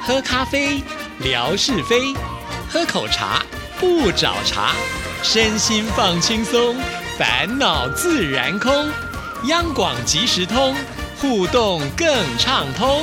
喝咖啡，聊是非；喝口茶，不找茬。身心放轻松，烦恼自然空。央广即时通，互动更畅通。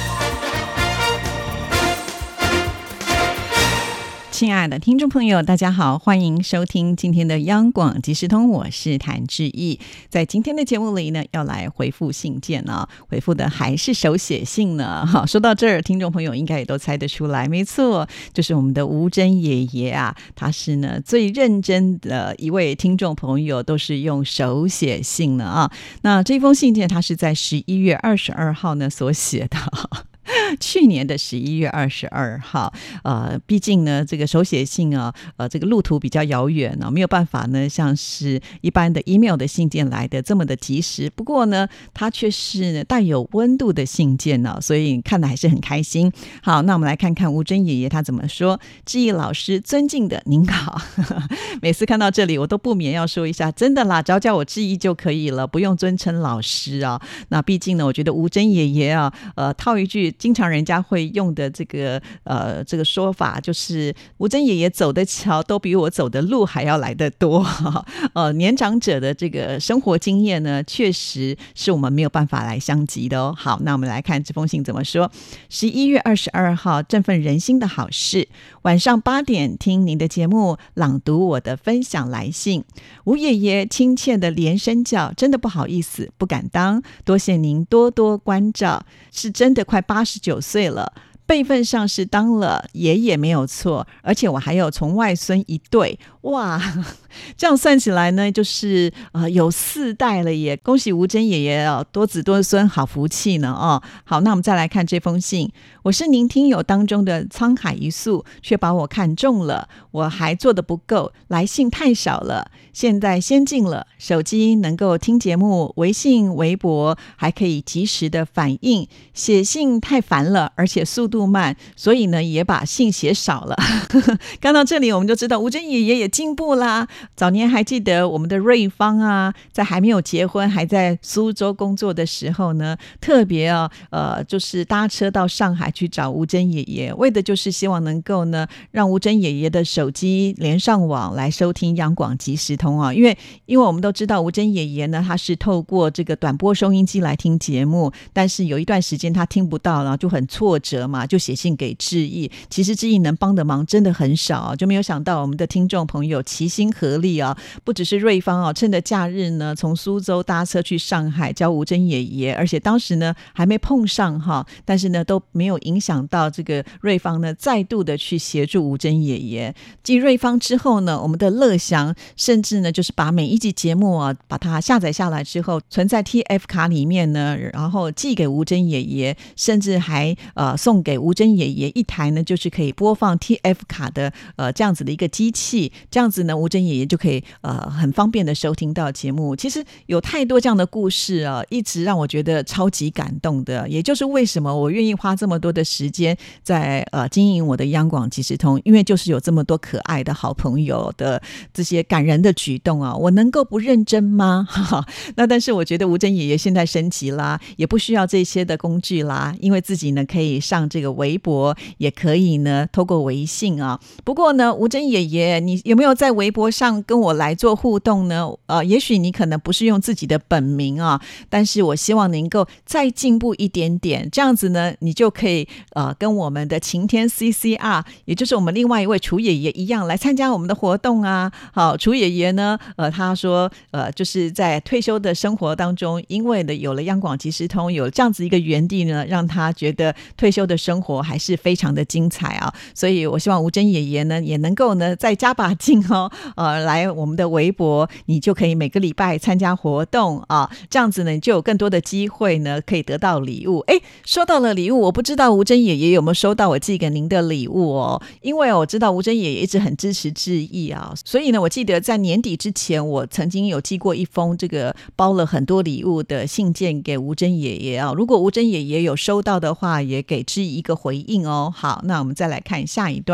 亲爱的听众朋友，大家好，欢迎收听今天的央广即时通，我是谭志毅。在今天的节目里呢，要来回复信件啊，回复的还是手写信呢。好，说到这儿，听众朋友应该也都猜得出来，没错，就是我们的吴珍爷爷啊，他是呢最认真的一位听众朋友，都是用手写信呢啊。那这封信件他是在11月22号呢所写的。去年的11月22号，毕竟呢，这个手写信啊，这个路途比较遥远呢，没有办法呢，像是一般的 email 的信件来的这么的及时。不过呢，它却是带有温度的信件呢，所以看得还是很开心。好，那我们来看看吴珍爷爷他怎么说。志毅老师，尊敬的您好。每次看到这里，我都不免要说一下，真的啦，只要叫我志毅就可以了，不用尊称老师啊。那毕竟呢，我觉得吴珍爷爷啊，套一句经常人家会用的这个说法，就是吴珍爷爷走的桥都比我走的路还要来得多。年长者的这个生活经验呢，确实是我们没有办法来相及的哦。好，那我们来看这封信怎么说。11月22号，振奋人心的好事，晚上8点听您的节目，朗读我的分享来信。吴爷爷亲切的连声叫，真的不好意思，不敢当，多谢您多多关照，是真的快89岁了。辈分上是当了爷爷没有错，而且我还有从外孙一对，哇，这样算起来呢，就是有4代了耶！恭喜吴珍爷爷哦，多子多孙，好福气呢哦。好，那我们再来看这封信。我是您听友当中的沧海一粟，却把我看中了，我还做得不够，来信太少了，现在先进了，手机能够听节目，微信、微博还可以及时的反应，写信太烦了，而且速度慢，所以呢也把信写少了。看到这里我们就知道吴珍爷爷也进步啦。早年还记得我们的瑞芳啊，在还没有结婚还在苏州工作的时候呢，特别就是搭车到上海去找吴珍爷爷，为的就是希望能够呢让吴珍爷爷的手机连上网来收听央广即时通啊。因为我们都知道吴珍爷爷呢，他是透过这个短波收音机来听节目，但是有一段时间他听不到，然后就很挫折嘛，就写信给志毅。其实志毅能帮的忙真的很少啊，就没有想到我们的听众朋友齐心合力啊，不只是瑞芳啊，趁着假日呢，从苏州搭车去上海教吴珍爷爷，而且当时呢还没碰上哈，但是呢都没有影响到这个瑞芳呢再度的去协助吴珍爷爷。继瑞芳之后呢，我们的乐祥甚至呢就是把每一集节目啊，把它下载下来之后存在 TF 卡里面呢，然后寄给吴珍爷爷，甚至还送给吴珍爷爷一台呢就是可以播放 TF 卡的这样子的一个机器，这样子呢吴珍爷爷就可以很方便的收听到节目。其实有太多这样的故事啊，一直让我觉得超级感动的，也就是为什么我愿意花这么多的时间在经营我的央广即时通，因为就是有这么多可爱的好朋友的这些感人的举动啊，我能够不认真吗？那但是我觉得吴珍爷爷现在升级啦，也不需要这些的工具啦，因为自己呢可以上这个微博，也可以呢透过微信啊。不过呢，吴珍爷爷，你有没有在微博上跟我来做互动呢？也许你可能不是用自己的本名啊，但是我希望能够再进步一点点，这样子呢，你就可以跟我们的晴天 CCR， 也就是我们另外一位楚爷爷一样来参加我们的活动啊。好，楚爷爷呢，他说就是在退休的生活当中，因为呢有了央广即时通，有这样子一个园地呢，让他觉得退休的生活还是非常的精彩啊。所以我希望吴珍爷爷呢也能够呢再加把劲哦，来我们的微博，你就可以每个礼拜参加活动啊，这样子呢你就有更多的机会呢可以得到礼物。说到了礼物，我不知道吴珍爷爷有没有收到我寄给您的礼物哦，因为我知道吴珍爷爷一直很支持志毅啊，所以呢我记得在年底之前，我曾经有寄过一封这个包了很多礼物的信件给吴珍爷爷啊，如果吴珍爷爷有收到的话，也给志毅一个回应哦。好，那我们再来看下一段。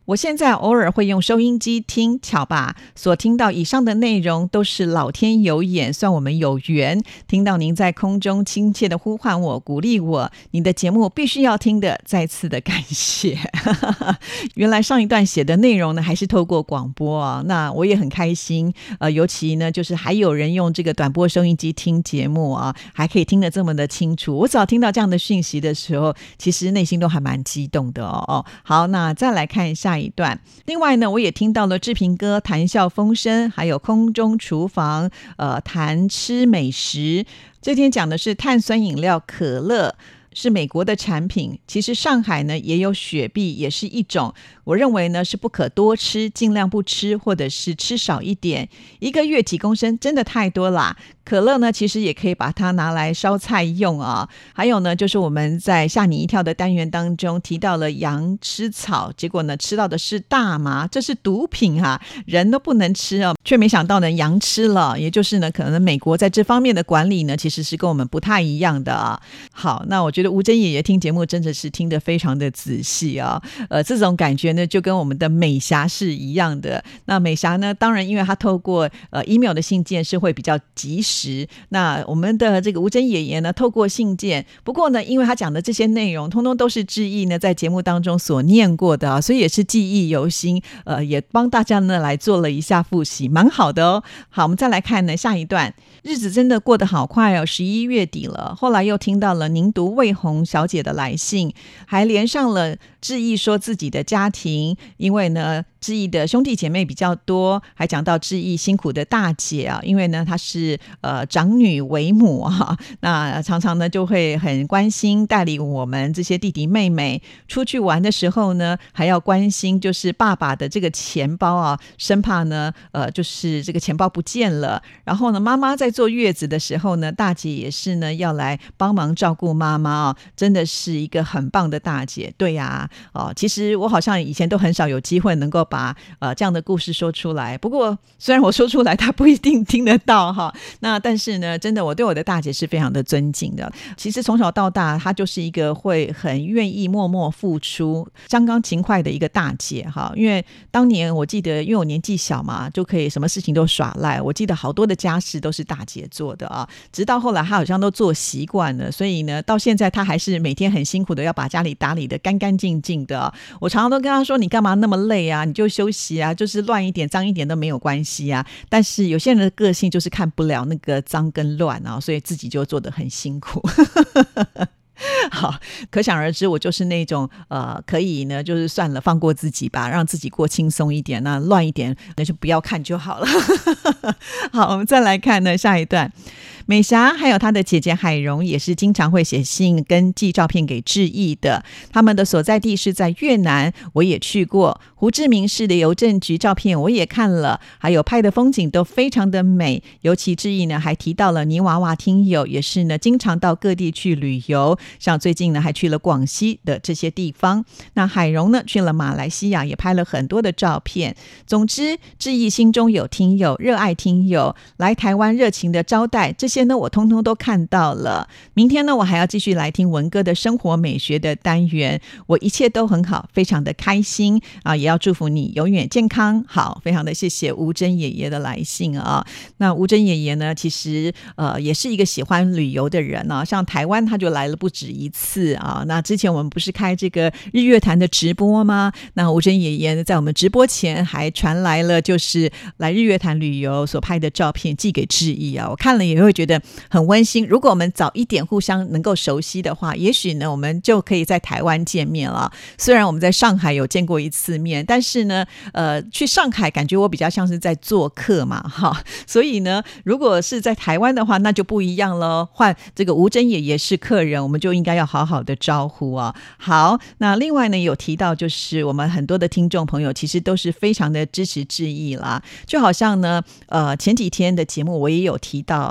我现在偶尔会用收音机听，巧吧？所听到以上的内容都是老天有眼，算我们有缘，听到您在空中亲切的呼唤我，鼓励我，您的节目必须要听的，再次的感谢。原来上一段写的内容呢，还是透过广播啊，那我也很开心。尤其呢，就是还有人用这个短波收音机听节目啊，还可以听得这么的清楚。我只要听到这样的讯息的时候，其实内心都还蛮激动的哦。好，那再来看下一段。另外呢，我也听到了志平哥谈笑风生，还有空中厨房谈吃美食。这天讲的是碳酸饮料可乐，是美国的产品。其实上海呢也有雪碧，也是一种，我认为呢是不可多吃，尽量不吃，或者是吃少一点。一个月几公升真的太多啦。可乐呢其实也可以把它拿来烧菜用啊。还有呢，就是我们在吓你一跳的单元当中提到了羊吃草，结果呢吃到的是大麻，这是毒品啊，人都不能吃哦，却没想到呢羊吃了。也就是呢可能美国在这方面的管理呢其实是跟我们不太一样的啊。好，那我觉得吴珍爷爷听节目真的是听得非常的仔细啊。这种感觉呢就跟我们的美霞是一样的。那美霞呢当然因为她透过email 的信件是会比较及时，那我们的这个吴珍爷爷呢透过信件，不过呢因为他讲的这些内容通通都是志毅呢在节目当中所念过的啊，所以也是记忆犹新，也帮大家呢来做了一下复习，蛮好的哦。好，我们再来看呢下一段。日子真的过得好快哦，11月底了。后来又听到了您读魏红小姐的来信，还连上了志毅说自己的家庭，因为呢志毅的兄弟姐妹比较多，还讲到志毅辛苦的大姐啊，因为呢她是长女为母啊，那常常呢就会很关心带领我们这些弟弟妹妹出去玩的时候呢，还要关心就是爸爸的这个钱包啊，生怕呢就是这个钱包不见了。然后呢妈妈在坐月子的时候呢，大姐也是呢要来帮忙照顾妈妈哦，真的是一个很棒的大姐。对呀，其实我好像以前都很少有机会能够把这样的故事说出来，不过虽然我说出来她不一定听得到哈，那但是呢真的我对我的大姐是非常的尊敬的。其实从小到大她就是一个会很愿意默默付出相当勤快的一个大姐哈。因为当年我记得因为我年纪小嘛，就可以什么事情都耍赖，我记得好多的家事都是大姐做的啊，直到后来她好像都做习惯了，所以呢到现在她还是每天很辛苦的要把家里打理得干干净净的啊。我常常都跟她说你干嘛那么累啊，你就休息啊，就是乱一点脏一点都没有关系啊。但是有些人的个性就是看不了那个脏跟乱啊，所以自己就做得很辛苦。好，可想而知我就是那种可以呢就是算了放过自己吧，让自己过轻松一点，那乱一点那就不要看就好了。好，我们再来看呢下一段。美霞还有她的姐姐海蓉也是经常会写信跟寄照片给志毅的，他们的所在地是在越南，我也去过。胡志明市的邮政局照片我也看了，还有拍的风景都非常的美。尤其志毅呢还提到了泥娃娃听友也是呢经常到各地去旅游，像最近呢还去了广西的这些地方。那海蓉呢去了马来西亚，也拍了很多的照片。总之志毅心中有听友，热爱听友，来台湾热情的招待，这些呢我通通都看到了。明天呢我还要继续来听文哥的生活美学的单元，我一切都很好，非常的开心啊！也要祝福你永远健康。好，非常的谢谢吴珍爷爷的来信啊。那吴珍爷爷呢其实也是一个喜欢旅游的人啊，像台湾他就来了不止一次啊。那之前我们不是开这个日月潭的直播吗？那吴珍爷爷在我们直播前还传来了就是来日月潭旅游所拍的照片寄给志毅啊，我看了也会觉得很温馨。如果我们早一点互相能够熟悉的话，也许呢我们就可以在台湾见面了。虽然我们在上海有见过一次面，但是呢去上海感觉我比较像是在做客嘛哈，所以呢如果是在台湾的话那就不一样了，换这个吴珍爷爷是客人，我们就应该要好好的招呼啊。好，那另外呢有提到就是我们很多的听众朋友其实都是非常的支持志毅啦，就好像呢前几天的节目我也有提到，就是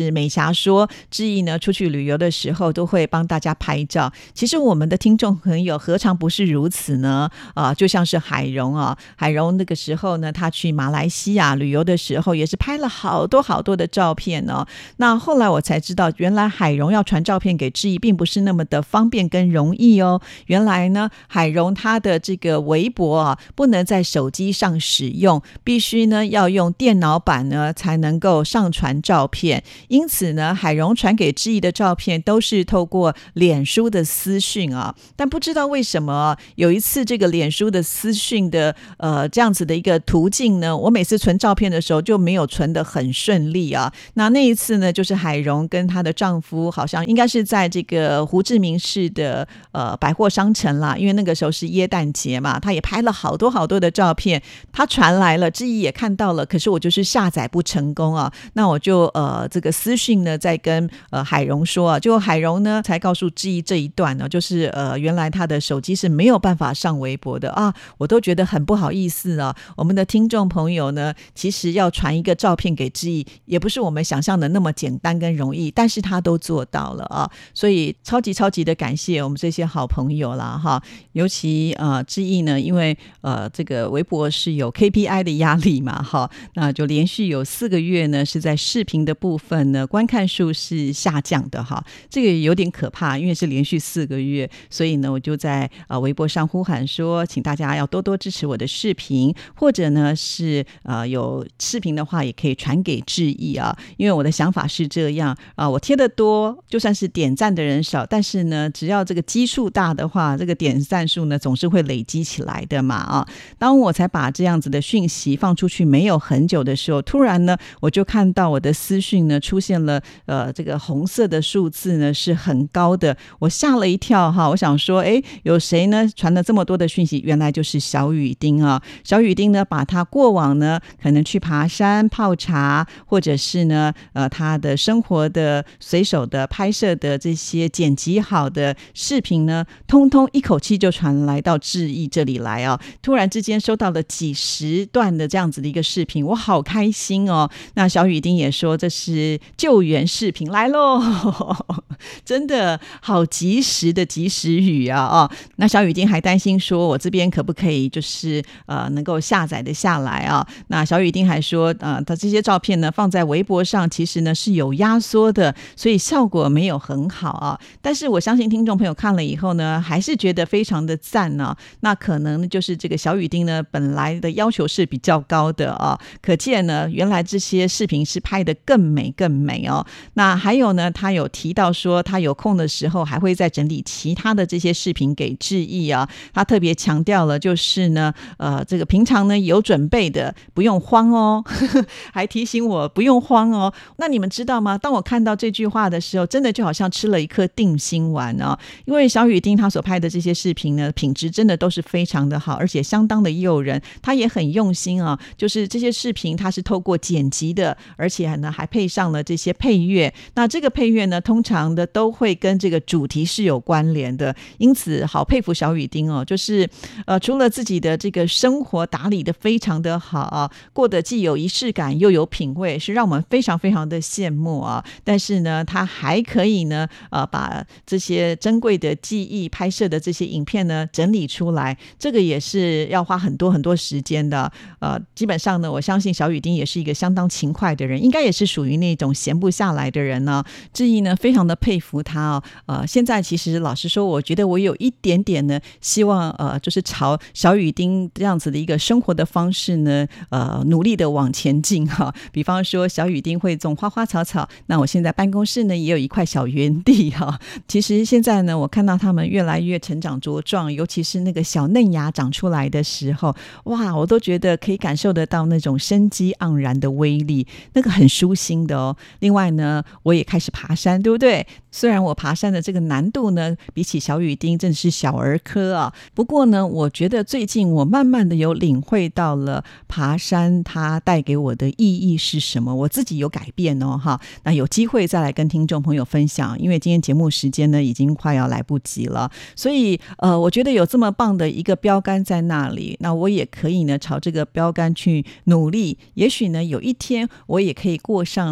是美霞说志毅呢出去旅游的时候都会帮大家拍照，其实我们的听众朋友何尝不是如此呢？就像是海荣海荣那个时候呢，他去马来西亚旅游的时候也是拍了好多好多的照片那后来我才知道，原来海荣要传照片给志毅并不是那么的方便跟容易原来呢，海荣他的这个微博不能在手机上使用，必须呢要用电脑版呢才能够上传照片。因此呢，海荣传给志毅的照片都是透过脸书的私讯但不知道为什么有一次这个脸书的私讯的这样子的一个途径呢，我每次存照片的时候就没有存得很顺利那一次呢，就是海荣跟她的丈夫好像应该是在这个胡志明市的百货商城啦，因为那个时候是耶诞节嘛，她也拍了好多好多的照片，她传来了，志毅也看到了，可是我就是下载不成功那我就这个私讯呢在跟海荣说结果海荣呢才告诉志毅这一段呢，就是原来他的手机是没有办法上微博的我都觉得很不好意思我们的听众朋友呢，其实要传一个照片给志毅也不是我们想象的那么简单跟容易，但是他都做到了所以超级超级的感谢我们这些好朋友啦尤其志毅呢，因为这个微博是有 KPI 的压力嘛那就连续有4个月呢是在视频的部分呢观看数是下降的这个有点可怕，因为是连续4个月，所以呢我就在微博上呼喊说请大家要多多支持我的视频，或者呢是有视频的话也可以传给志毅因为我的想法是这样我贴的多，就算是点赞的人少，但是呢只要这个基数大的话，这个点赞数呢总是会累积起来的嘛当我才把这样子的讯息放出去没有很久的时候，突然呢我就看到我的私讯呢出现了这个红色的数字呢是很高的，我吓了一跳我想说有谁呢传了这么多的讯息，原来就是小雨丁小雨丁呢把他过往呢可能去爬山泡茶，或者是呢他的生活的随手的拍摄的这些剪辑好的视频呢，通通一口气就传来到志毅这里来突然之间收到了几十段的这样子的一个视频，我好开心那小雨丁也说这是救援视频来咯真的好及时的及时雨那小雨丁还担心说我这边可不可以就是能够下载的下来那小雨丁还说他这些照片呢放在微博上其实呢是有压缩的，所以效果没有很好但是我相信听众朋友看了以后呢还是觉得非常的赞那可能就是这个小雨丁呢本来的要求是比较高的可见呢原来这些视频是拍得更美更美那还有呢他有提到说他有空的时候还会再整理其他的这些视频给志毅他特别强调了就是呢这个平常呢有准备的不用慌还提醒我不用慌那你们知道吗，当我看到这句话的时候真的就好像吃了一颗定心丸因为小雨丁他所拍的这些视频呢品质真的都是非常的好，而且相当的诱人，他也很用心就是这些视频他是透过剪辑的，而且呢还配上了这些配乐，那这个配乐呢通常的都会跟这个主题是有关联的，因此好佩服小雨丁就是除了自己的这个生活打理的非常的好过得既有仪式感又有品味，是让我们非常非常的羡慕但是呢他还可以呢把这些珍贵的记忆拍摄的这些影片呢整理出来，这个也是要花很多很多时间的基本上呢我相信小雨丁也是一个相当勤快的人，应该也是属于那种闲不下来的人志毅呢非常的佩服他现在其实老实说我觉得我有一点点呢希望就是朝小雨丁这样子的一个生活的方式呢努力的往前进比方说小雨丁会种花花草草，那我现在办公室呢也有一块小园地其实现在呢我看到他们越来越成长茁壮，尤其是那个小嫩芽长出来的时候，哇我都觉得可以感受得到那种生机盎然的威力，那个很舒心的另外呢我也开始爬山，对不对？虽然我爬山的这个难度呢比起小雨丁真的是小儿科不过呢我觉得最近我慢慢的有领会到了爬山它带给我的意义是什么，我自己有改变那有机会再来跟听众朋友分享，因为今天节目时间呢已经快要来不及了，所以我觉得有这么棒的一个标杆在那里，那我也可以呢朝这个标杆去努力，也许呢有一天我也可以过上呢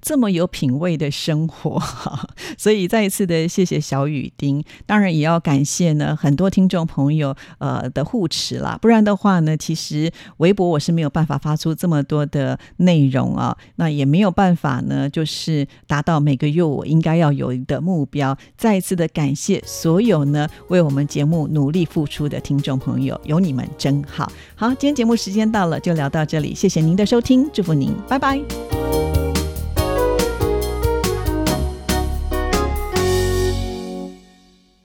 这么有品味的生活所以再一次的谢谢小雨丁，当然也要感谢呢很多听众朋友的护持啦，不然的话呢，其实微博我是没有办法发出这么多的内容啊，那也没有办法呢就是达到每个月我应该要有的目标。再一次的感谢所有呢为我们节目努力付出的听众朋友，有你们真好。好，今天节目时间到了，就聊到这里，谢谢您的收听，祝福您，拜拜。